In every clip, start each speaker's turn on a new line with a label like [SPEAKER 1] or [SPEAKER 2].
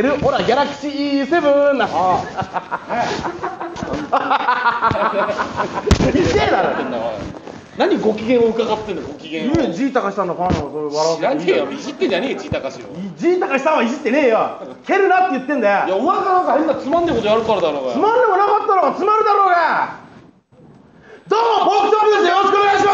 [SPEAKER 1] ってる？ほらギャラクシー7な。うるせえだろ。
[SPEAKER 2] 何ご機嫌を伺ってんの、ご機嫌を。
[SPEAKER 1] G 高さんのファンのそれ笑う。
[SPEAKER 2] 知らねえよ、いじってんじゃねえよ、G 高しを。
[SPEAKER 1] G 高さんはいじってねえよ。蹴るなって言ってんだよ。
[SPEAKER 2] いや、お前がなんか変なつまんねえことやるからだろうが。
[SPEAKER 1] つまんでもなかったのがつまるだろうが。どうもポークチョップです。よろしくお願いします。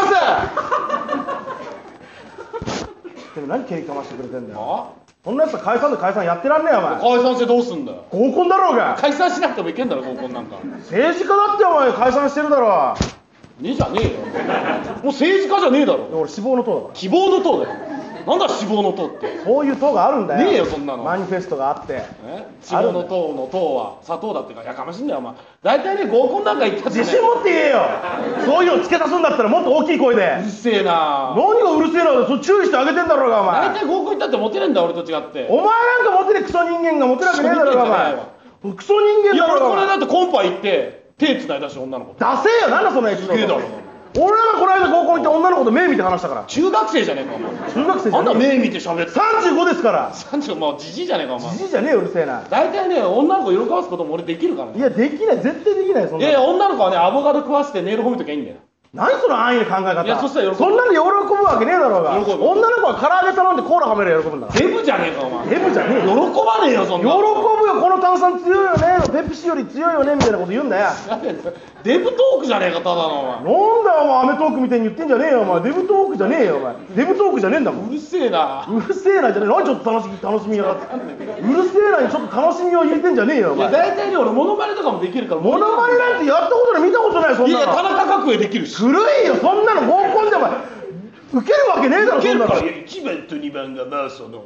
[SPEAKER 1] でも何蹴りかましてくれてんだよ。こんなやつは解散で解散やってらんねえよお前。
[SPEAKER 2] 解散してどうすんだよ。
[SPEAKER 1] 合コンだろうが。
[SPEAKER 2] 解散しなくてもいけんだろ、合コンなんか。
[SPEAKER 1] 政治家だってお前解散してるだろ。
[SPEAKER 2] ねえじゃねえよ。もう政治家じゃねえだろ。
[SPEAKER 1] 俺死亡の党だから。
[SPEAKER 2] 希望の党だよ。なんだ死亡の党って。
[SPEAKER 1] そういう党があるんだよ。
[SPEAKER 2] ねえよそんなの。
[SPEAKER 1] マニフェストがあって。
[SPEAKER 2] 死亡の党の党は砂糖だってか、やかましいんだよお前。大体ね、合コンなんか行ったってね。
[SPEAKER 1] 自信持って言えよ。そういうの付け足すんだったらもっと大きい声で。
[SPEAKER 2] うるせえな。
[SPEAKER 1] 何がうるせえな。そ注意してあげてんだろうがお前。
[SPEAKER 2] 大体合コン行ったってモテねえんだ俺と違って。
[SPEAKER 1] お前なんかモテねえクソ人間がモテるわけねえだろうがお前。クソ人間だろうが。
[SPEAKER 2] いや俺これだってコンパ行って手繋いだし女の子。
[SPEAKER 1] ダセえよ。なんだそのエピソード。
[SPEAKER 2] すげえだろ。
[SPEAKER 1] 俺がこの間合コン行って女の子と目見て話したから。
[SPEAKER 2] 中学生じゃねえかお前。
[SPEAKER 1] 中学生じゃねえ。
[SPEAKER 2] あんな目見て喋って。
[SPEAKER 1] 35ですから。
[SPEAKER 2] 30、もうじじいじゃねえかお前。
[SPEAKER 1] じじいじゃねえようるせえな。
[SPEAKER 2] 大体ね、女の子喜ばすことも俺できるからね。
[SPEAKER 1] いやできない、絶対できないそんな。
[SPEAKER 2] いや女の子はね、アボカド食わせてネイル褒めときゃいいんだよ。
[SPEAKER 1] 何その安易な考え方。
[SPEAKER 2] いやそしたら喜ぶ。
[SPEAKER 1] そんなの喜ぶわけねえだろうが。
[SPEAKER 2] 喜ぶ。
[SPEAKER 1] 女の子は唐揚げ頼んでコーラはめりゃ喜ぶんだから。
[SPEAKER 2] デブじゃねえかお前。
[SPEAKER 1] デブじゃねえよ。
[SPEAKER 2] 喜ばねえよそんな。
[SPEAKER 1] 喜ぶよ。この炭酸強いよね、ペプシより強いよねみたいなこと言うんだよ。
[SPEAKER 2] デブトークじゃねえかただのお前。
[SPEAKER 1] なんだよお前、アメトークみたいに言ってんじゃねえよお前。デブトークじゃねえよお前。デブトークじゃねえんだもん。
[SPEAKER 2] うるせえな。
[SPEAKER 1] うるせえなじゃねえ。何ちょっと楽しみやがって。うるせえなにちょっと楽しみを入れてんじゃねえよお前。
[SPEAKER 2] いや大体ね俺モノマネとかもできるから。
[SPEAKER 1] モノマネなんてやったことない、見たことないそんなの。
[SPEAKER 2] いや田中角栄できるし。
[SPEAKER 1] 古いよそんなの。合コンでお前ウケるわけねえだろそんなの。
[SPEAKER 2] 1番と2番がまあその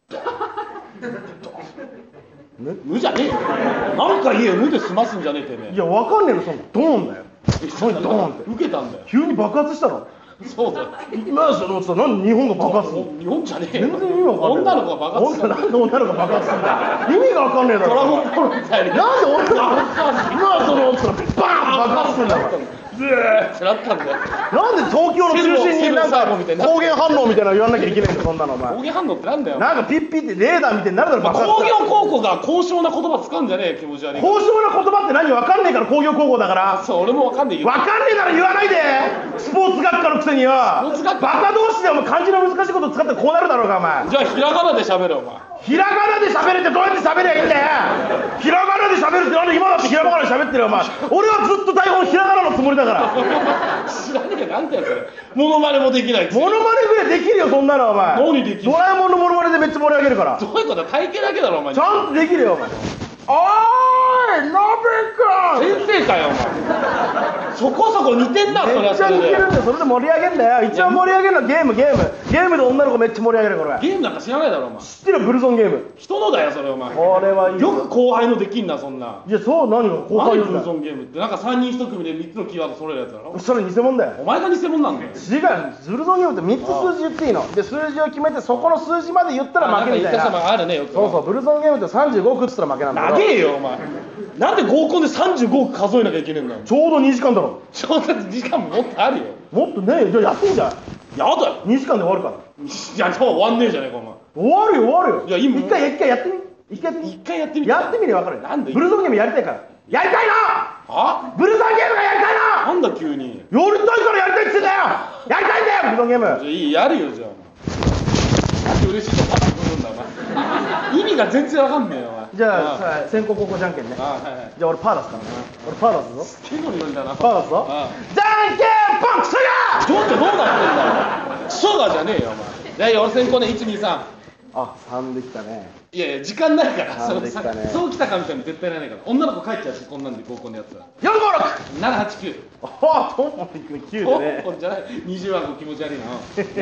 [SPEAKER 2] 無じゃねえよ。なんか言えよ。無で済ますんじゃねえてめえ。
[SPEAKER 1] いやわかんねえのそんな。ドーンだよ。何ドーンって。
[SPEAKER 2] 受けたんだよ。
[SPEAKER 1] 急に爆発したの。
[SPEAKER 2] そうだよ。
[SPEAKER 1] 今そのさ、なんで日本が爆発するの。
[SPEAKER 2] 日本じゃねえよ。
[SPEAKER 1] 全然意味わかんない。
[SPEAKER 2] 女の子が爆発する。
[SPEAKER 1] なんで女の子が爆発するんだ。意味がわかんねえだろ。
[SPEAKER 2] ドラゴンボールみたいに。
[SPEAKER 1] なんで女の子が今そのバーン爆発するんだよ。
[SPEAKER 2] ズーってなったんだよ。
[SPEAKER 1] なんで東京の中心になんか光源反応みたいなの言わなきゃいけないんだそんなのお前。
[SPEAKER 2] 光源反応ってなんだよ。
[SPEAKER 1] なんかピッピってレーダーみたいになるだろ爆発。
[SPEAKER 2] 工業高校が高尚な言葉使うんじゃねえ気持ち悪い。
[SPEAKER 1] 高尚な言葉って何わかんねえから工業高校だから。
[SPEAKER 2] そう俺もわかんねえけど。
[SPEAKER 1] わかんねえなら言わないで。スポーツ学科のくせによ。バカ同士でお前漢字の難しいこと使ってこうなるだろうがお前。
[SPEAKER 2] じゃあひらがなで喋れお前。
[SPEAKER 1] ひらがなで喋れってどうやって喋りゃいいんだよ。ひらがなで喋るってなんで今だってひらがなで喋ってるよお前。俺はずっと台本ひらがなのつもりだから。
[SPEAKER 2] 知らねえよ。なんだよそれ。モノマネもできない。
[SPEAKER 1] モノマネぐらいできるよそんなのお前。
[SPEAKER 2] 何できる。
[SPEAKER 1] ドラえもんのモノマネでめっちゃ盛り上げるから。
[SPEAKER 2] どういうことだ。体型だけだろお前。
[SPEAKER 1] ちゃんとできるよお前。おーいのびくん。
[SPEAKER 2] 先生かよお前。そこそこ似てんなそれはそれで。
[SPEAKER 1] めっちゃ似てるんだよ。それで盛り上げんだよ。一番盛り上げるのはゲームで女の子めっちゃ盛り上げるこれ。
[SPEAKER 2] ゲームなんか知らないだろお前。
[SPEAKER 1] 知ってるブルゾンゲーム。
[SPEAKER 2] 人のだよそれお前。
[SPEAKER 1] これはいい
[SPEAKER 2] よく後輩のできんなそんな。
[SPEAKER 1] いやそう何が後輩
[SPEAKER 2] 何ブルゾンゲームってなんか3人1組で3つのキーワード揃えるやつだろ。
[SPEAKER 1] それ偽物だよ。
[SPEAKER 2] お前が偽物なんだよ。
[SPEAKER 1] 違う。ブルゾンゲームって3つ数字言っていいので、数字を決めてそこの数字まで言ったら負けみたいな。
[SPEAKER 2] あるねよく。
[SPEAKER 1] そうそう。ブルゾンゲームって35億っつったら負けなんだけど。
[SPEAKER 2] 長えよお前。なんで合コンで35億数えなきゃいけねえんだよ。
[SPEAKER 1] ちょうど2時間だろ。
[SPEAKER 2] ちょうど時間ももっとあるよ。
[SPEAKER 1] もっとねえ。じゃあやってんじゃん。
[SPEAKER 2] やだよ。
[SPEAKER 1] 2時間で終わるから。
[SPEAKER 2] いやでも終わんねえじゃねえかお前。
[SPEAKER 1] 終わるよ。
[SPEAKER 2] いや今
[SPEAKER 1] 一回やってみ。一回やってみ
[SPEAKER 2] やってみ
[SPEAKER 1] りゃ分かるよ。
[SPEAKER 2] なんで
[SPEAKER 1] ブルゾンゲームやりたいから。やりたいな。
[SPEAKER 2] は
[SPEAKER 1] ブルゾンゲームがやりたいな。
[SPEAKER 2] なんだ急に。
[SPEAKER 1] やりたいからやりたいっつってんだよ。やりたいんだよブルゾンゲーム。
[SPEAKER 2] じゃあいいやるよじゃあ。なんで嬉しいとパッとくるんだお前。意味が全然わかんねえよお前。
[SPEAKER 1] じゃあさ先攻後攻じゃんけんね。
[SPEAKER 2] はいはい。
[SPEAKER 1] じゃあ俺パー出すからな。俺パー出すぞ。
[SPEAKER 2] 結構に乗りだな。
[SPEAKER 1] パー出すぞ。じゃんけんぽんクソが。
[SPEAKER 2] ちょっとどうなってんだよ。クソがじゃねえよお前。いや俺先行ね123。
[SPEAKER 1] あ3できたね。
[SPEAKER 2] いやいや時間ないから。
[SPEAKER 1] 3できたね。
[SPEAKER 2] そうきたかみたいに絶対ないから。女の子帰っちゃうしこんなんで合コンのやつは。
[SPEAKER 1] 456。
[SPEAKER 2] 789。
[SPEAKER 1] ああトンポンいく9でね。
[SPEAKER 2] トンポンじゃない。20は気持ち悪いな。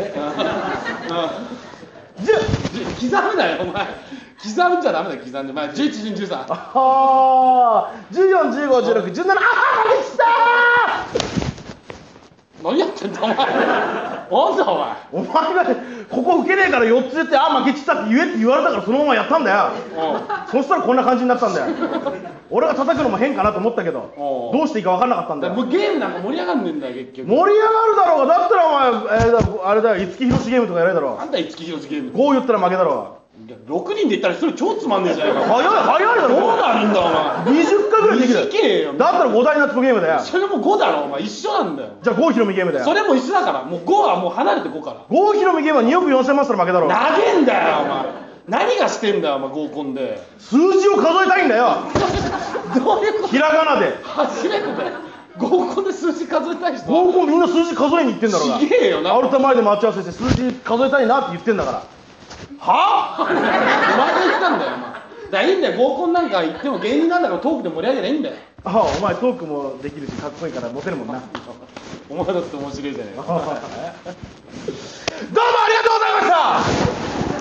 [SPEAKER 1] 10。
[SPEAKER 2] 刻むなよお前。刻むんじゃダメだよ刻んで。前11、12、13。
[SPEAKER 1] ああ14、15、16、17。ああできたー。
[SPEAKER 2] 何やってんだお前。なんだお前。
[SPEAKER 1] お前がここ受けねえから4つ言ってあ負けちったって言えって言われたからそのままやったんだよ。そしたらこんな感じになったんだよ。俺が叩くのも変かなと思ったけどどうしていいか分かんなかったんだよ。
[SPEAKER 2] もうゲームなんか盛り上がんねえんだよ結局。
[SPEAKER 1] 盛り上がるだろうが。だったらお前あれだよ五木ひろしゲームとかやれだろ。
[SPEAKER 2] なんだ五木ひろしゲーム。
[SPEAKER 1] 5言ったら負けだろう。
[SPEAKER 2] いや6人で行ったら1人超つまんねえじゃないか。
[SPEAKER 1] 早いだろ。
[SPEAKER 2] どうなるんだお前。
[SPEAKER 1] 20回ぐらいできる。
[SPEAKER 2] 短えよ。
[SPEAKER 1] だったら5大夏ゲームだよ。
[SPEAKER 2] それも5だろお前、一緒なんだよ。
[SPEAKER 1] じゃあ郷ひろみゲームだよ。
[SPEAKER 2] それも一緒だから、もう5はもう離れて5から。
[SPEAKER 1] 郷ひろみゲームは2億4000万したら負けだろ。
[SPEAKER 2] 投げんだよお前。何がしてんだよお前、合コンで。
[SPEAKER 1] 数字を数えたいんだよ。
[SPEAKER 2] どういうこと。
[SPEAKER 1] ひらがなで。
[SPEAKER 2] 初めてだよ。合コンで数字数えたい人。
[SPEAKER 1] 合コンみんな数字数えに行ってんだろうが。
[SPEAKER 2] すげえよな。
[SPEAKER 1] アルタ前で待ち合わせして数字数えたいなって言ってんだから。は
[SPEAKER 2] お前が言ったんだよお前。だからいいんだよ、合コンなんか行っても芸人なんだからトークで盛り上げりゃいいんだよ。
[SPEAKER 1] あ、お前トークもできるしかっこいいからモテるもんな。
[SPEAKER 2] お前だって面白いじゃねえか。
[SPEAKER 1] どうもありがとうございました。